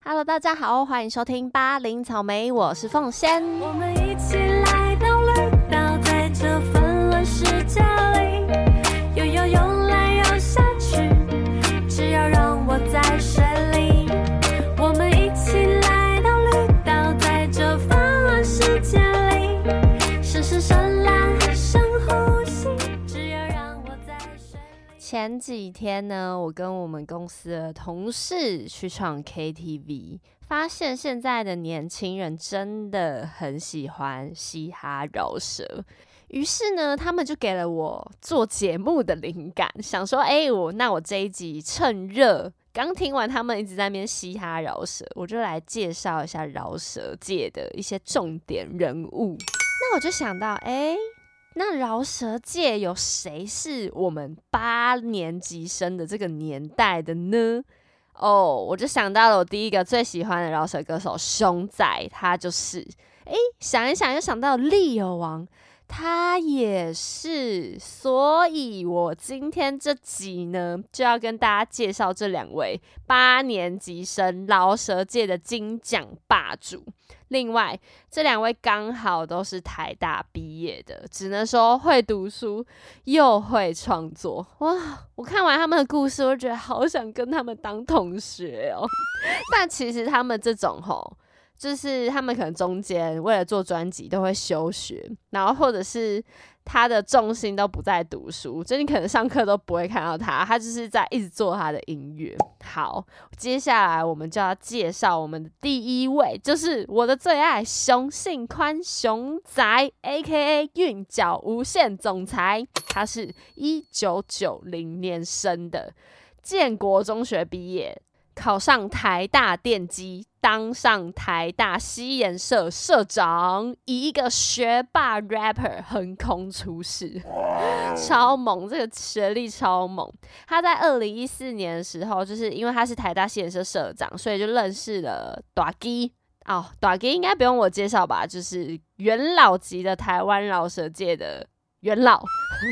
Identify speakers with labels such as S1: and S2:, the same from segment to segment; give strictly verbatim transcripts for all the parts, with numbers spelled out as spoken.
S1: Hello， 大家好，欢迎收听巴林草莓，我是凤仙。
S2: 我们一起来到绿岛，在这纷乱世界里，游游游来游下去，只要让我在水里。我们一起来到绿岛，在这纷乱世界里，深深深蓝深呼吸，只要让我在水里。
S1: 前几天呢，我跟我们公司的同事去唱 K T V， 发现现在的年轻人真的很喜欢嘻哈饶舌。于是呢，他们就给了我做节目的灵感，想说，哎、欸，我那我这一集趁热，刚听完他们一直在那边嘻哈饶舌，我就来介绍一下饶舌界的一些重点人物。那我就想到，哎、欸。那饶舌界有谁是我们八年级生的这个年代的呢？哦，我就想到了我第一个最喜欢的饶舌歌手熊仔，他就是，诶，想一想又想到利友王，他也是，所以我今天这集呢就要跟大家介绍这两位八年级生饶舌界的金奖霸主。另外，这两位刚好都是台大毕业的，只能说会读书又会创作。哇！我看完他们的故事，我就觉得好想跟他们当同学哦。但其实他们这种吼，就是他们可能中间为了做专辑都会休学，然后或者是他的重心都不在读书，就你可能上课都不会看到他，他就是在一直做他的音乐。好，接下来我们就要介绍我们的第一位，就是我的最爱熊信宽熊仔 A K A 韵脚无限总裁。他是一九九零年生的，建国中学毕业，考上台大电机，当上台大西研社社长，以一个学霸 rapper 横空出世，超猛，这个学历超猛。他在二零一四年的时候，就是因为他是台大西研社社长，所以就认识了大基。哦，大基应该不用我介绍吧，就是元老级的台湾饶舌界的元老。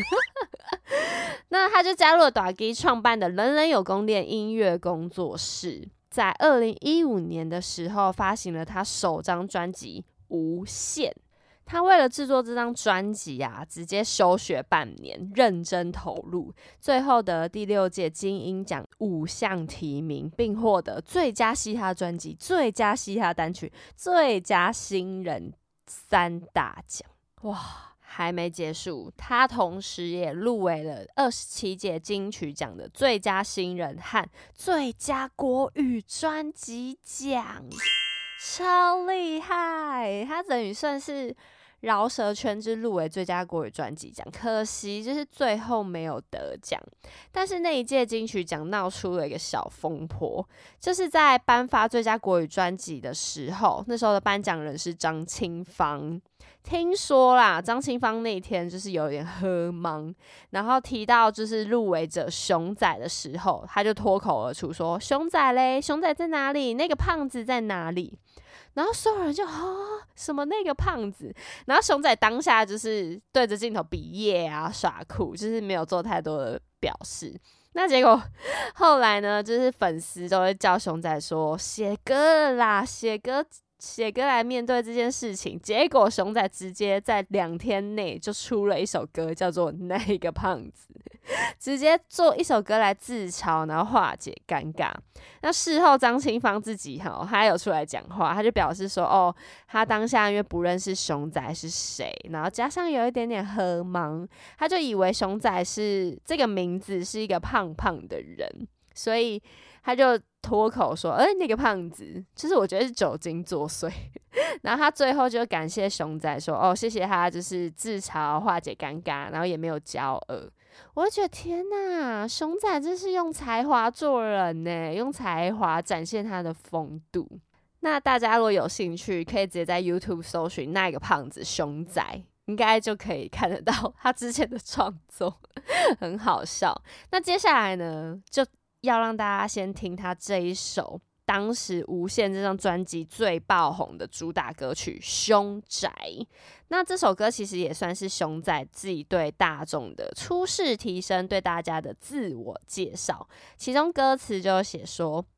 S1: 那他就加入了大基创办的人人有功练音乐工作室，在二零一五年的时候发行了他首张专辑《无限》。他为了制作这张专辑啊，直接休学半年，认真投入，最后得第六届金鹰奖五项提名，并获得最佳嘻哈专辑、最佳嘻哈单曲、最佳新人三大奖。哇！还没结束，他同时也入围了二十七届金曲奖的最佳新人和最佳国语专辑奖，超厉害！他等于算是饶舌圈之入围最佳国语专辑奖，可惜就是最后没有得奖。但是那一届金曲奖闹出了一个小风波，就是在颁发最佳国语专辑的时候，那时候的颁奖人是张清芳。听说啦，张清芳那天就是有点喝茫，然后提到就是入围者熊仔的时候，他就脱口而出说：“熊仔嘞，熊仔在哪里？那个胖子在哪里？”然后所有人就啊，什么那个胖子？然后熊仔当下就是对着镜头比耶啊耍酷，就是没有做太多的表示。那结果后来呢，就是粉丝都会叫熊仔说：“写歌啦，写歌。”写歌来面对这件事情，结果熊仔直接在两天内就出了一首歌，叫做《那个胖子》，直接做一首歌来自嘲，然后化解尴尬。那事后张清芳自己哈，他有出来讲话，他就表示说，哦，他当下因为不认识熊仔是谁，然后加上有一点点喝茫，他就以为熊仔是这个名字是一个胖胖的人，所以他就脱口说：“哎、欸，那个胖子，就是我觉得是酒精作祟。”然后他最后就感谢熊仔说：“哦，谢谢他，就是自嘲化解尴尬，然后也没有骄傲。”我就觉得天哪，熊仔真是用才华做人呢，用才华展现他的风度。那大家如果有兴趣，可以直接在 YouTube 搜寻那个胖子熊仔，应该就可以看得到他之前的创作，很好笑。那接下来呢，就要让大家先听他这一首当时无限这张专辑最爆红的主打歌曲《凶宅》。那这首歌其实也算是熊仔自己对大众的初试提升，对大家的自我介绍。其中歌词就写说：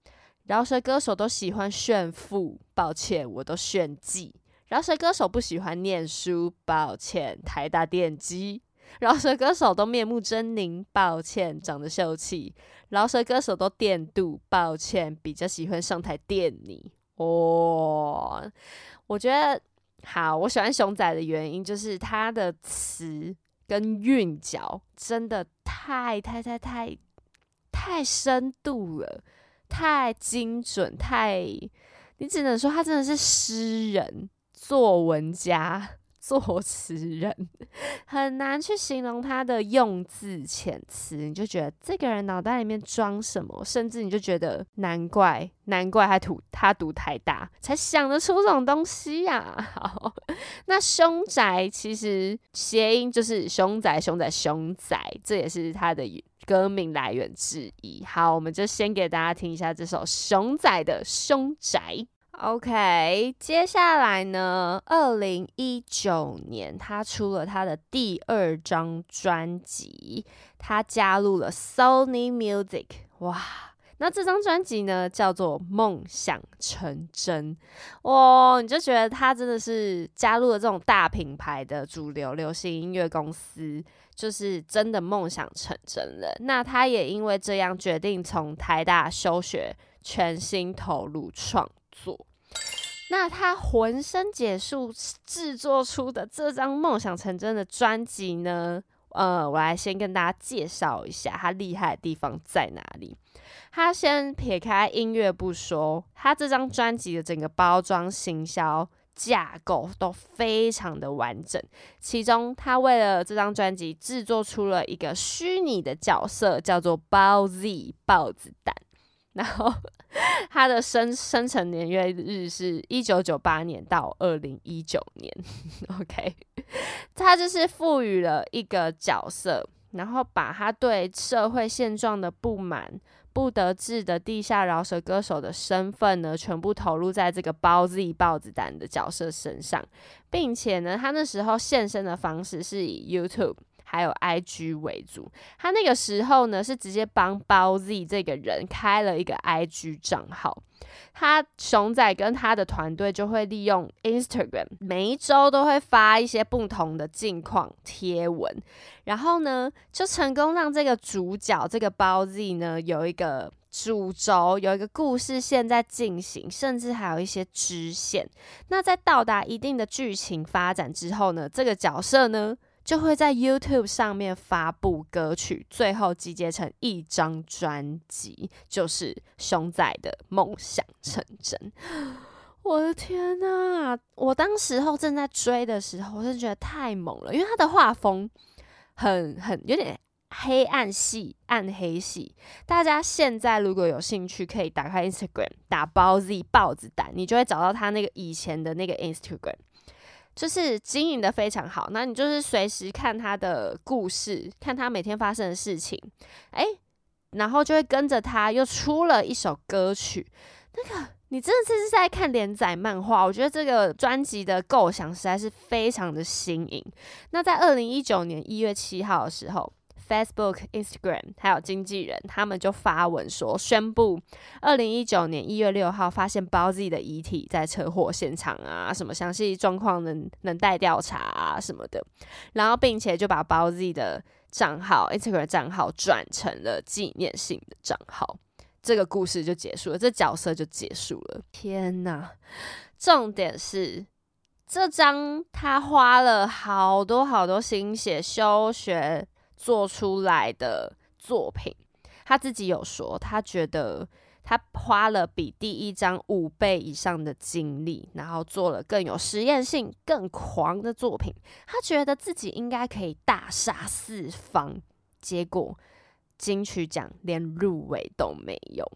S1: 饶舌歌手都喜欢炫富，抱歉，我都炫技。饶舌歌手不喜欢念书，抱歉，台大电机。饶舌歌手都面目狰狞，抱歉，长得秀气。饶舌歌手都电镀，抱歉，比较喜欢上台电你。哦，我觉得好，我喜欢熊仔的原因就是他的词跟韵脚真的太太太太太深度了，太精准，太，你只能说他真的是诗人。作文家、作词人，很难去形容他的用字遣词，你就觉得这个人脑袋里面装什么，甚至你就觉得难怪，难怪他读他读台大才想得出这种东西呀、啊。好，那凶宅其实谐音就是凶仔、凶仔、凶仔，这也是他的歌名来源之一。好，我们就先给大家听一下这首熊仔的《凶宅》。OK， 接下来呢，二零一九年他出了他的第二张专辑，他加入了 Sony Music， 哇，那这张专辑呢叫做《梦想成真》，哇，你就觉得他真的是加入了这种大品牌的主流流行音乐公司，就是真的梦想成真了。那他也因为这样决定从台大休学，全心投入创作。那他浑身解数制作出的这张梦想成真的专辑呢，呃，我来先跟大家介绍一下他厉害的地方在哪里。他先撇开音乐不说，他这张专辑的整个包装行销架构都非常的完整，其中他为了这张专辑制作出了一个虚拟的角色，叫做包 Z 豹子蛋，然后他的生生辰年月日是一九九八年到二零一九年OK， 他就是赋予了一个角色，然后把他对社会现状的不满、不得志的地下饶舌歌手的身份呢，全部投入在这个包 Z 豹子蛋的角色身上，并且呢，他那时候现身的方式是以 YouTube还有 I G 为主。他那个时候呢，是直接帮包 Z 这个人开了一个 I G 账号。他熊仔跟他的团队就会利用 Instagram， 每一周都会发一些不同的近况贴文，然后呢，就成功让这个主角这个包 Z 呢有一个主轴，有一个故事线在进行，甚至还有一些支线。那在到达一定的剧情发展之后呢，这个角色呢就会在 YouTube 上面发布歌曲，最后集结成一张专辑，就是熊仔的梦想成真。我的天哪！我当时候正在追的时候，我就觉得太猛了，因为他的画风很很有点黑暗系、暗黑系。大家现在如果有兴趣，可以打开 Instagram 打包 Z 豹子蛋，你就会找到他那个以前的那个 Instagram。就是经营的非常好，那你就是随时看他的故事，看他每天发生的事情，哎，然后就会跟着他又出了一首歌曲，那个你真的是在看连载漫画。我觉得这个专辑的构想实在是非常的新颖。那在二零一九年一月七号的时候，Facebook、Instagram 还有经纪人，他们就发文说，宣布二零一九年一月六号发现包 Z 的遗体在车祸现场啊，什么详细状况能能待调查啊什么的，然后并且就把包 Z 的账号 Instagram 账号转成了纪念性的账号，这个故事就结束了，这角色就结束了。天哪！重点是这张他花了好多好多心血休学做出来的作品，他自己有说，他觉得他花了比第一张五倍以上的精力，然后做了更有实验性、更狂的作品。他觉得自己应该可以大杀四方，结果金曲奖连入围都没有。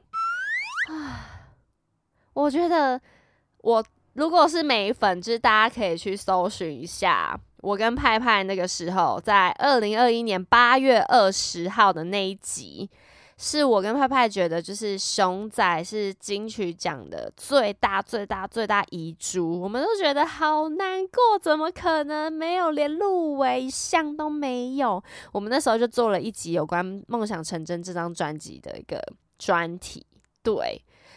S1: 我觉得我如果是美粉，就是大家可以去搜寻一下。我跟派派那个时候，在二零二一年八月二十号的那一集，是我跟派派觉得，就是熊仔是金曲奖的最大、最大、最大遗珠，我们都觉得好难过，怎么可能没有，连入围一项都没有？我们那时候就做了一集有关《梦想成真》这张专辑的一个专题，对。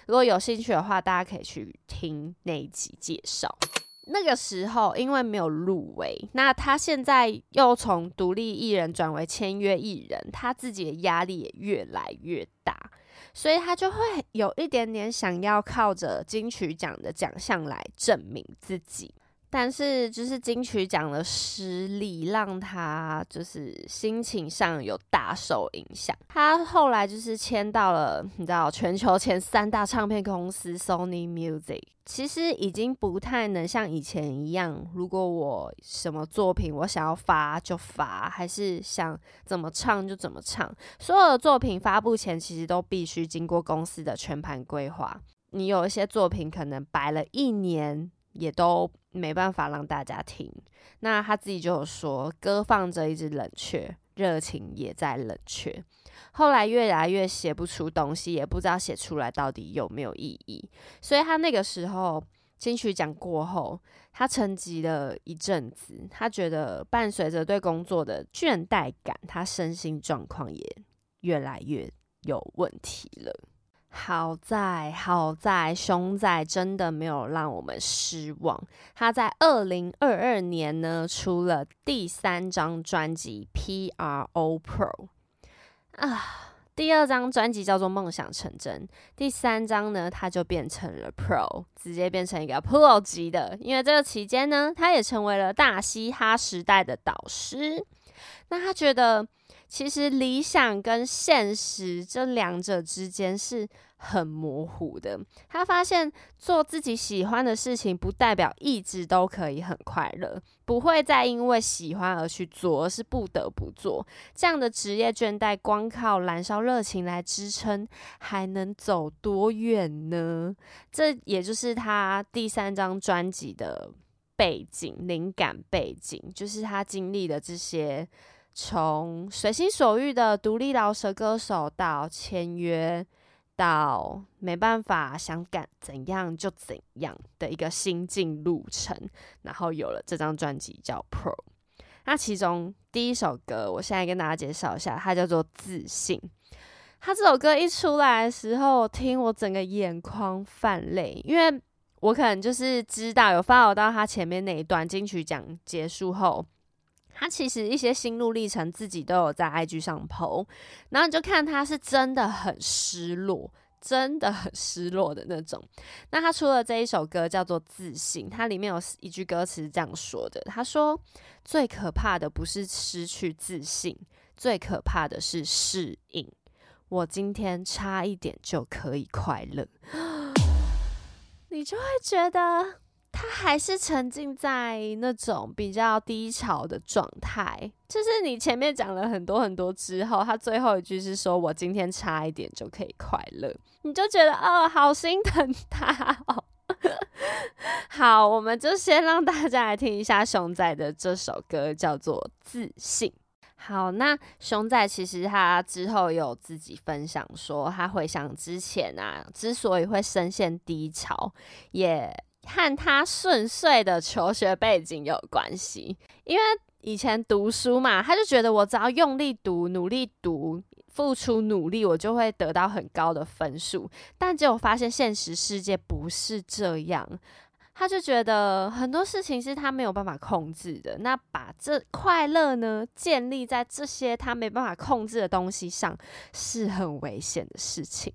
S1: 如果有兴趣的话，大家可以去听那一集介绍。那个时候因为没有入围，那他现在又从独立艺人转为签约艺人，他自己的压力也越来越大，所以他就会有一点点想要靠着金曲奖的奖项来证明自己。但是就是金曲奖的失利让他就是心情上有大受影响，他后来就是签到了你知道全球前三大唱片公司 Sony Music， 其实已经不太能像以前一样，如果我什么作品我想要发就发，还是想怎么唱就怎么唱，所有的作品发布前其实都必须经过公司的全盘规划，你有一些作品可能摆了一年也都没办法让大家听。那他自己就有说，歌放着一直冷却，热情也在冷却。后来越来越写不出东西，也不知道写出来到底有没有意义。所以他那个时候金曲奖过后，他沉寂了一阵子，他觉得伴随着对工作的倦怠感，他身心状况也越来越有问题了。好在好在熊仔真的没有让我们失望，他在二零二二年呢出了第三张专辑 P R O Pro 啊，第二张专辑叫做梦想成真，第三张呢他就变成了 Pro， 直接变成一个 Pro 级的。因为这个期间呢他也成为了大嘻哈时代的导师，那他觉得其实理想跟现实这两者之间是很模糊的，他发现做自己喜欢的事情不代表一直都可以很快乐，不会再因为喜欢而去做，而是不得不做。这样的职业倦怠光靠燃烧热情来支撑，还能走多远呢？这也就是他第三张专辑的背景，灵感背景，就是他经历的这些从随心所欲的独立饶舌歌手到签约，到没办法想敢怎样就怎样的一个心境路程，然后有了这张专辑叫 Pro。 那其中第一首歌我现在跟大家介绍一下，它叫做自信。他这首歌一出来的时候，我听我整个眼眶泛泪，因为我可能就是知道有 follow 到他前面那一段金曲奖结束后，他其实一些心路历程自己都有在 I G 上 po， 然后你就看他是真的很失落，真的很失落的那种。那他出了这一首歌叫做自信，它里面有一句歌词这样说的，他说最可怕的不是失去自信，最可怕的是适应，我今天差一点就可以快乐。你就会觉得他还是沉浸在那种比较低潮的状态，就是你前面讲了很多很多之后，他最后一句是说我今天差一点就可以快乐，你就觉得哦，好心疼他哦。好，我们就先让大家来听一下熊仔的这首歌叫做自信。好，那熊仔其实他之后有自己分享说，他回想之前啊，之所以会深陷低潮，也和他顺遂的求学背景有关系。因为以前读书嘛，他就觉得我只要用力读、努力读、付出努力，我就会得到很高的分数。但结果发现现实世界不是这样。他就觉得很多事情是他没有办法控制的，那把这快乐呢建立在这些他没办法控制的东西上，是很危险的事情。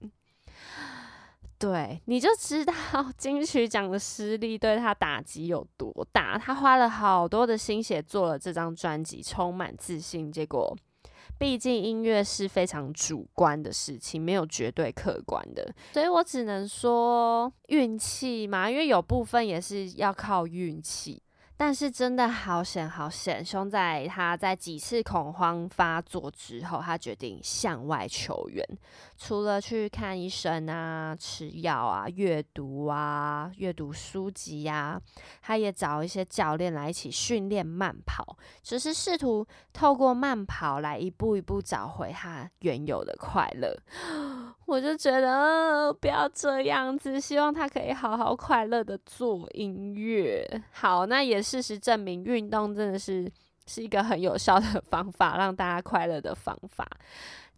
S1: 对，你就知道金曲奖的失利对他打击有多大。他花了好多的心血做了这张专辑，充满自信，结果毕竟音乐是非常主观的事情，没有绝对客观的，所以我只能说运气嘛，因为有部分也是要靠运气。但是真的好险好险，熊仔他在几次恐慌发作之后，他决定向外求援，除了去看医生啊、吃药啊、阅读啊、阅读书籍啊，他也找一些教练来一起训练慢跑，只是试图透过慢跑来一步一步找回他原有的快乐。我就觉得、呃、不要这样子，希望他可以好好快乐的做音乐。好，那也事实证明运动真的是是一个很有效的方法，让大家快乐的方法。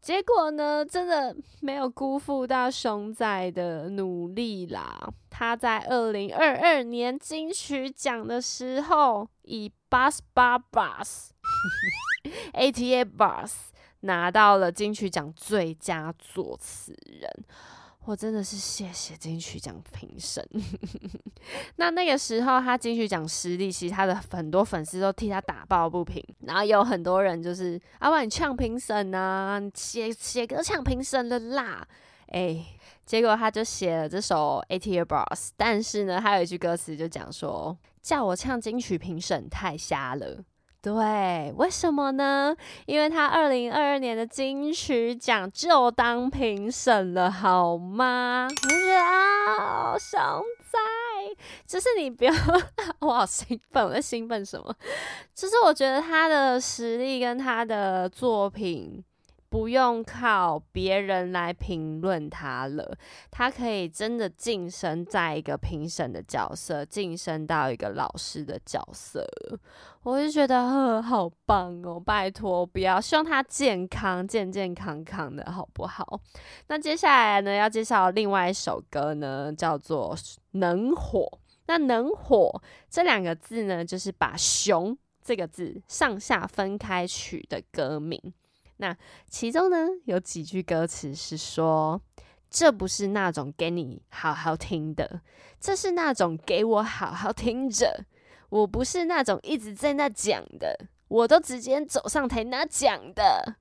S1: 结果呢，真的没有辜负到熊仔的努力啦。他在二零二二年金曲奖的时候，以 Bus Bar Bus A T A Bus 拿到了金曲奖最佳作词人。我真的是谢谢金曲奖评审。那那个时候他金曲奖失利，其实他的很多粉丝都替他打抱不平，然后有很多人就是啊，不然你呛评审啊，你写写歌呛评审了啦，哎，结果他就写了这首 A T A Bus， 但是呢，他有一句歌词就讲说，叫我呛金曲评审太瞎了。对，为什么呢？因为他二零二二年的金曲奖就当评审了，好吗？我就觉得啊，熊仔，就是你不要，我好兴奋，我在兴奋什么？就是我觉得他的实力跟他的作品，不用靠别人来评论他了，他可以真的晋升在一个评审的角色，晋升到一个老师的角色了。我就觉得呵，好棒哦！拜托不要，希望他健康健健康康的，好不好？那接下来呢，要介绍另外一首歌呢，叫做《能火》。那“能火”这两个字呢，就是把“熊”这个字上下分开取的歌名。那其中呢，有几句歌词是说，这不是那种给你好好听的，这是那种给我好好听着。我不是那种一直在那讲的，我都直接走上台拿奖的。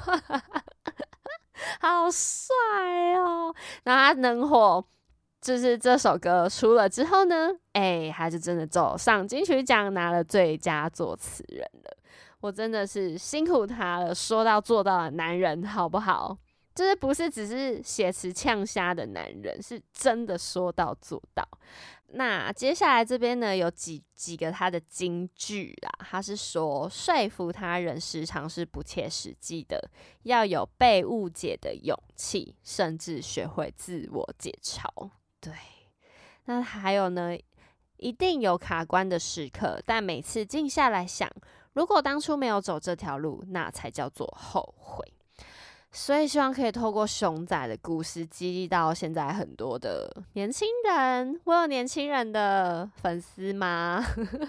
S1: 好帅哦！然后他能火，就是这首歌出了之后呢，哎，他就真的走上金曲奖拿了最佳作词人了。我真的是辛苦他了，说到做到的男人，好不好？就是不是只是写词呛瞎的男人，是真的说到做到。那接下来这边呢，有几几个他的金句啦，他是说说服他人时常是不切实际的，要有被误解的勇气，甚至学会自我解嘲。对，那还有呢，一定有卡关的时刻，但每次静下来想，如果当初没有走这条路，那才叫做后悔。所以希望可以透过熊仔的故事激励到现在很多的年轻人。我有年轻人的粉丝吗？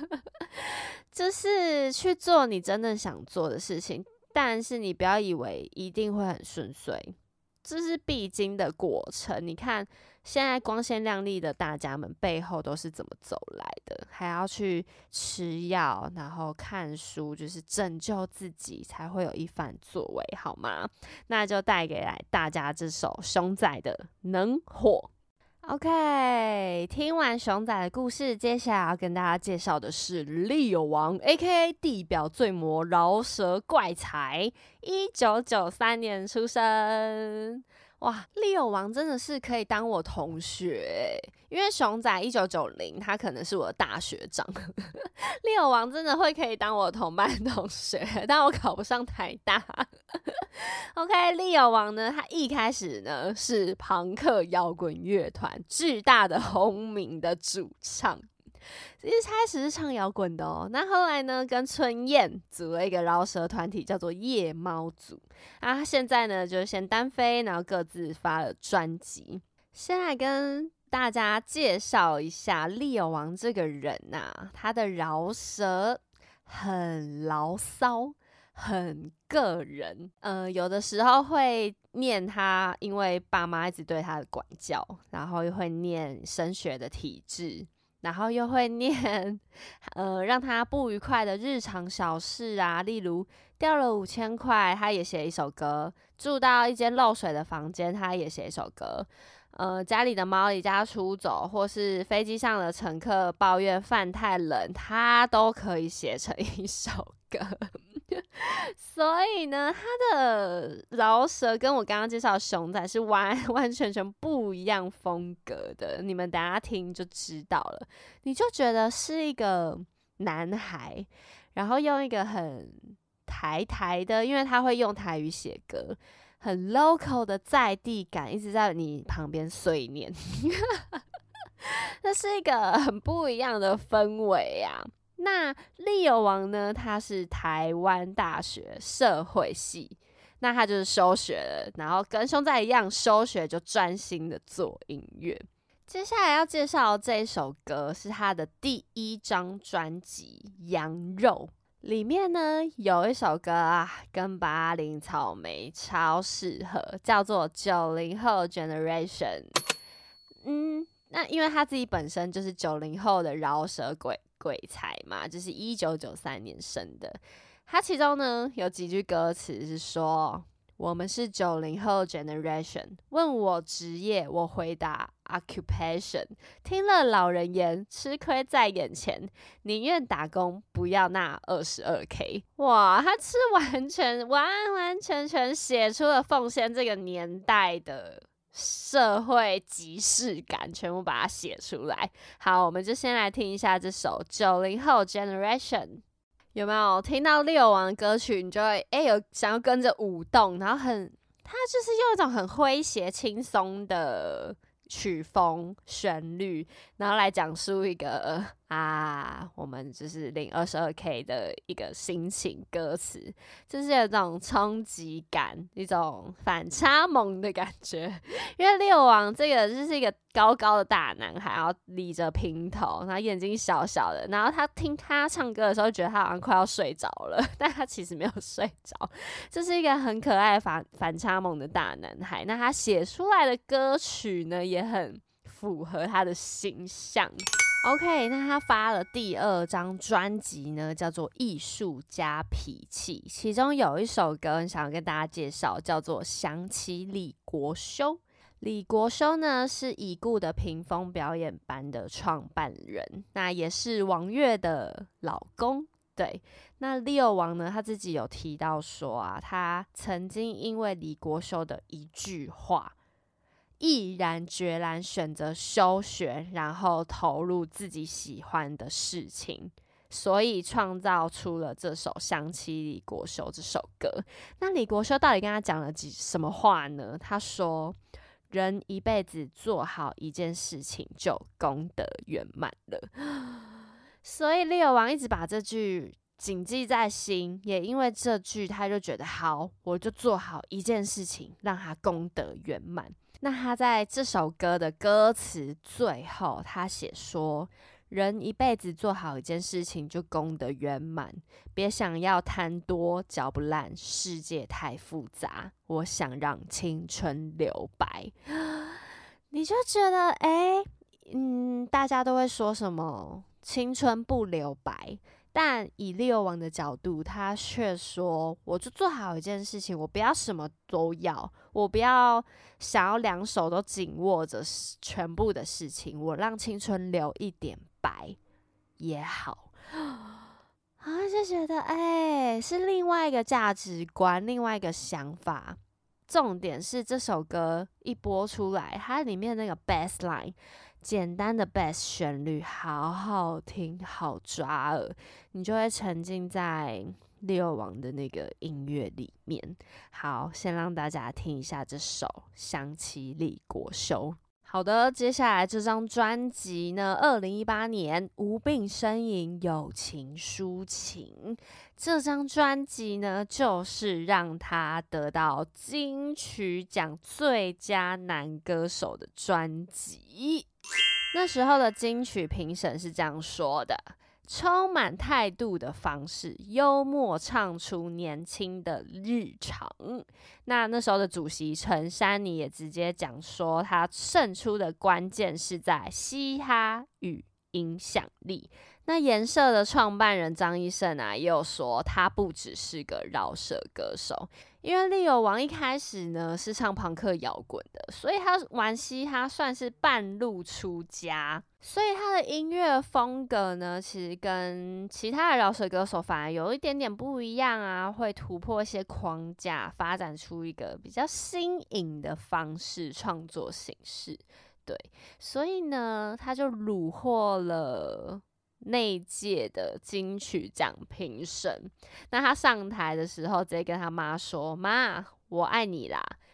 S1: 就是去做你真的想做的事情，但是你不要以为一定会很顺遂，这是必经的过程。你看现在光鲜亮丽的大家们背后都是怎么走来的，还要去吃药，然后看书，就是拯救自己，才会有一番作为，好吗？那就带给来大家这首熊仔的《能火》。OK， 听完熊仔的故事，接下来要跟大家介绍的是利友王 A K A 地表最魔饶舌怪才，一九九三年出生。哇，利友王真的是可以当我同学，因为熊仔一九九零，他可能是我的大学长。利友王真的会可以当我同班同学，但我考不上台大。OK， 利友王呢，他一开始呢是朋克摇滚乐团巨大的轰鸣的主唱。一开始是唱摇滚的哦，那后来呢，跟春燕组了一个饶舌团体，叫做夜猫组。啊，他现在呢就先单飞，然后各自发了专辑。先来跟大家介绍一下利友王这个人啊，他的饶舌很牢骚，很个人。呃，有的时候会念他，因为爸妈一直对他的管教，然后又会念升学的体制。然后又会念，呃，让他不愉快的日常小事啊，例如掉了五千块，他也写一首歌；住到一间漏水的房间，他也写一首歌；呃，家里的猫离家出走，或是飞机上的乘客抱怨饭太冷，他都可以写成一首歌。所以呢，他的饶舌跟我刚刚介绍的熊仔是完完全全不一样风格的，你们等一下听就知道了。你就觉得是一个男孩，然后用一个很台台的，因为他会用台语写歌，很 local 的在地感，一直在你旁边碎念。那是一个很不一样的氛围啊。那利友王呢，他是台湾大学社会系， 那他就是休学了，然后跟兄在一样休学，就专心的做音乐。接下来要介绍的这一首歌是他的第一张专辑《羊肉》，里面呢有一首歌啊，跟巴林草莓超适合，叫做九零后 Generation。嗯，那因为他自己本身就是九零后的饶舌鬼鬼才嘛，就是一九九三年生的。他其中呢有几句歌词是说：我们是九零后 generation， 问我职业，我回答 occupation。听了老人言，吃亏在眼前，宁愿打工，不要那二十二 K。哇，他是完全完完全全写出了奉献这个年代的社会即视感，全部把它写出来。好，我们就先来听一下这首九零后 generation。有没有听到六王的歌曲，你就会哎、欸、有想要跟着舞动，然后很，它就是用一种很诙谐轻松的曲风旋律，然后来讲述一个、呃、啊，我们就是领 二十二 K 的一个心情歌词，就是有这种冲击感，一种反差萌的感觉。因为六王这个就是一个高高的大男孩，然后理着平头，然后眼睛小小的，然后他听他唱歌的时候，觉得他好像快要睡着了，但他其实没有睡着，就是一个很可爱反反差萌的大男孩。那他写出来的歌曲呢，也很符合他的形象。OK， 那他发了第二张专辑呢，叫做《艺术加脾气》，其中有一首歌想要跟大家介绍，叫做《想起李国修》。李国修呢是已故的屏风表演班的创办人，那也是王月的老公。对，那六王呢，他自己有提到说啊，他曾经因为李国修的一句话，毅然决然选择休学，然后投入自己喜欢的事情，所以创造出了这首《想起李国修》这首歌。那李国修到底跟他讲了几什么话呢？他说：人一辈子做好一件事情，就功德圆满了。所以六王一直把这句谨记在心，也因为这句，他就觉得好，我就做好一件事情，让他功德圆满。那他在这首歌的歌词最后，他写说：人一辈子做好一件事情就功德圆满，别想要贪多嚼不烂，世界太复杂，我想让青春留白。你就觉得哎、欸，嗯，大家都会说什么青春不留白，但以六王的角度，他却说：我就做好一件事情，我不要什么都要，我不要想要两手都紧握着全部的事情，我让青春留一点白也好。啊，就觉得哎、欸，是另外一个价值观，另外一个想法。重点是这首歌一播出来，它里面那个 bass line， 简单的 bass 旋律好好听，好抓耳，你就会沉浸在六王的那个音乐里面。好，先让大家听一下这首《想起李国修》。好的，接下来这张专辑呢，二零一八年无病呻吟，友情抒情。这张专辑呢，就是让他得到金曲奖最佳男歌手的专辑。那时候的金曲评审是这样说的：充满态度的方式，幽默唱出年轻的日常。那那时候的主席陈珊妮也直接讲说，他胜出的关键是在嘻哈与影响力。那颜社的创办人张一胜啊，也有说他不只是个饶舌歌手，因为利友王一开始呢是唱朋克摇滚的，所以他玩嘻哈算是半路出家，所以他的音乐风格呢，其实跟其他的饶舌歌手反而有一点点不一样啊，会突破一些框架，发展出一个比较新颖的方式创作形式。对，所以呢，他就虏获了那一届的金曲奖评审。那他上台的时候，直接跟他妈说：“妈，我爱你啦，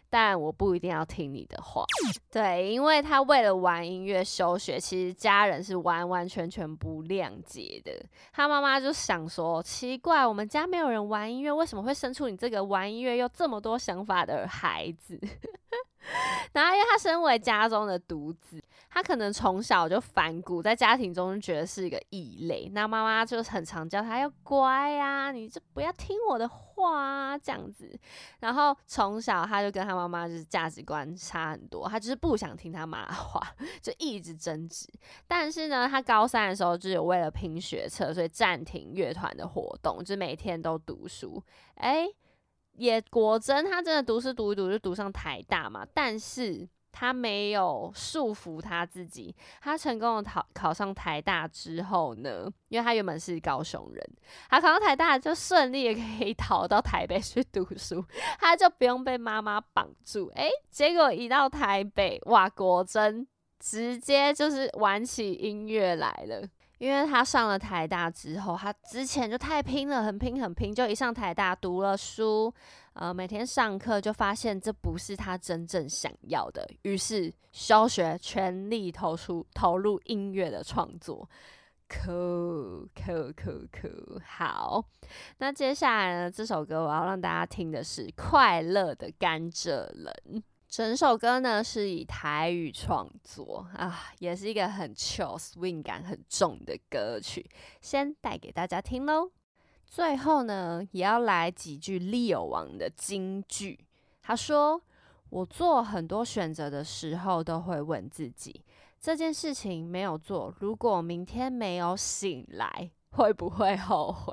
S1: 但我不一定要听你的话。对，因为他为了玩音乐休学，其实家人是完完全全不谅解的。他妈妈就想说，奇怪，我们家没有人玩音乐，为什么会生出你这个玩音乐又这么多想法的孩子？然后因为他身为家中的独子，他可能从小就反骨，在家庭中就觉得是一个异类，那妈妈就很常叫他要乖啊，你就不要听我的话啊这样子。然后从小他就跟他妈妈就是价值观差很多，他就是不想听他妈的话，就一直争执。但是呢，他高三的时候就有为了拼学测，所以暂停乐团的活动，就每天都读书。哎，也果真他真的读书读一读就读上台大嘛，但是他没有束缚他自己。他成功的考考上台大之后呢，因为他原本是高雄人，他考上台大就顺利的可以逃到台北去读书，他就不用被妈妈绑住。诶，结果一到台北，哇，果真直接就是玩起音乐来了。因为他上了台大之后，他之前就太拼了，很拼很拼，就一上台大读了书，呃，每天上课就发现这不是他真正想要的，于是休学，全力投出投入音乐的创作。酷酷酷酷，好，那接下来呢，这首歌我要让大家听的是《快乐的甘蔗人》。整首歌呢是以台语创作啊，也是一个很 chill swing 感很重的歌曲，先带给大家听咯。最后呢，也要来几句 Leo 王的金句。他说：“我做很多选择的时候，都会问自己，这件事情没有做，如果明天没有醒来，会不会后悔？”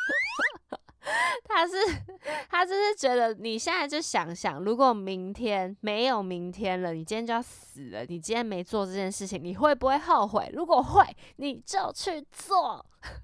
S1: 他是他就是觉得你现在就想想，如果明天没有明天了，你今天就要死了，你今天没做这件事情，你会不会后悔？如果会，你就去做。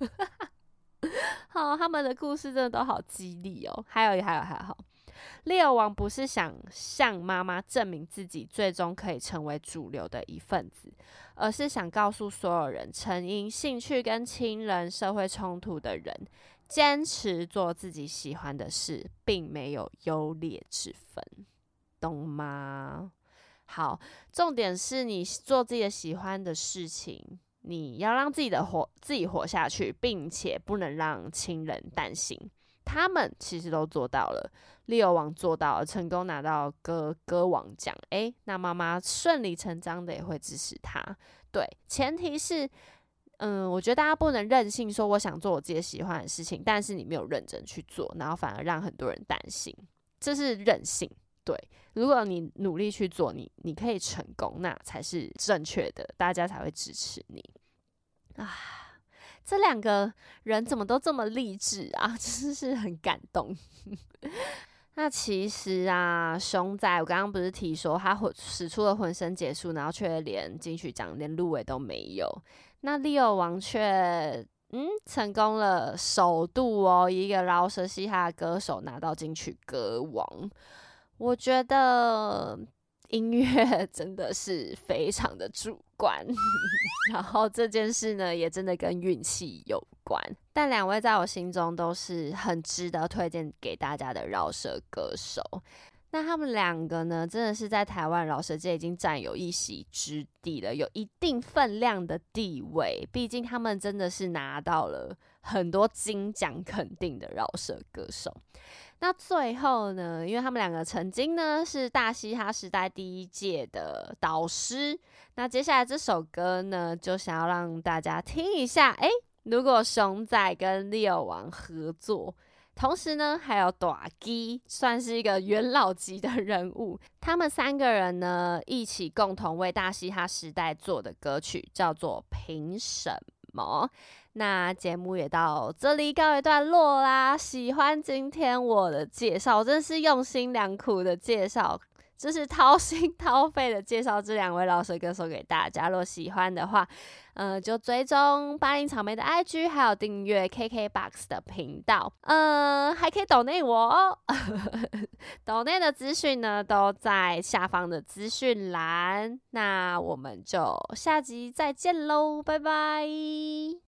S1: 好，他们的故事真的都好激励哦。还有还有还有，利尔王不是想向妈妈证明自己最终可以成为主流的一份子，而是想告诉所有人，曾因兴趣跟亲人、社会冲突的人，坚持做自己喜欢的事，并没有优劣之分，懂吗？好，重点是你做自己的喜欢的事情，你要让自己的活自己活下去，并且不能让亲人担心。他们其实都做到了，利欧王做到了，成功拿到歌歌王奖。诶，那妈妈顺理成章的也会支持他。对，前提是，嗯，我觉得大家不能任性说我想做我自己喜欢的事情，但是你没有认真去做，然后反而让很多人担心，这是任性。对，如果你努力去做，你你可以成功，那才是正确的，大家才会支持你啊。这两个人怎么都这么励志啊，真是很感动。那其实啊，熊仔我刚刚不是提说他使出了浑身解数，然后却连金曲奖连入围都没有，那Leo王却嗯成功了，首度哦一个饶舌嘻哈歌手拿到金曲歌王。我觉得音乐真的是非常的主观，然后这件事呢也真的跟运气有关，但两位在我心中都是很值得推荐给大家的饶舌歌手。那他们两个呢，真的是在台湾饶舌界已经占有一席之地了，有一定分量的地位，毕竟他们真的是拿到了很多金奖肯定的饶舌歌手。那最后呢，因为他们两个曾经呢是大嘻哈时代第一届的导师，那接下来这首歌呢，就想要让大家听一下。诶，如果熊仔跟Leo王合作，同时呢还有大基，算是一个元老级的人物，他们三个人呢一起共同为大嘻哈时代做的歌曲叫做凭什么。那节目也到这里告一段落啦。喜欢今天我的介绍，真是用心良苦的介绍，就是掏心掏肺的介绍这两位饶舌歌手给大家。如果喜欢的话，呃，就追踪巴林草莓的 I G， 还有订阅 K K B O X 的频道，呃，还可以抖内我哦。抖内的资讯呢都在下方的资讯栏。那我们就下集再见喽，拜拜。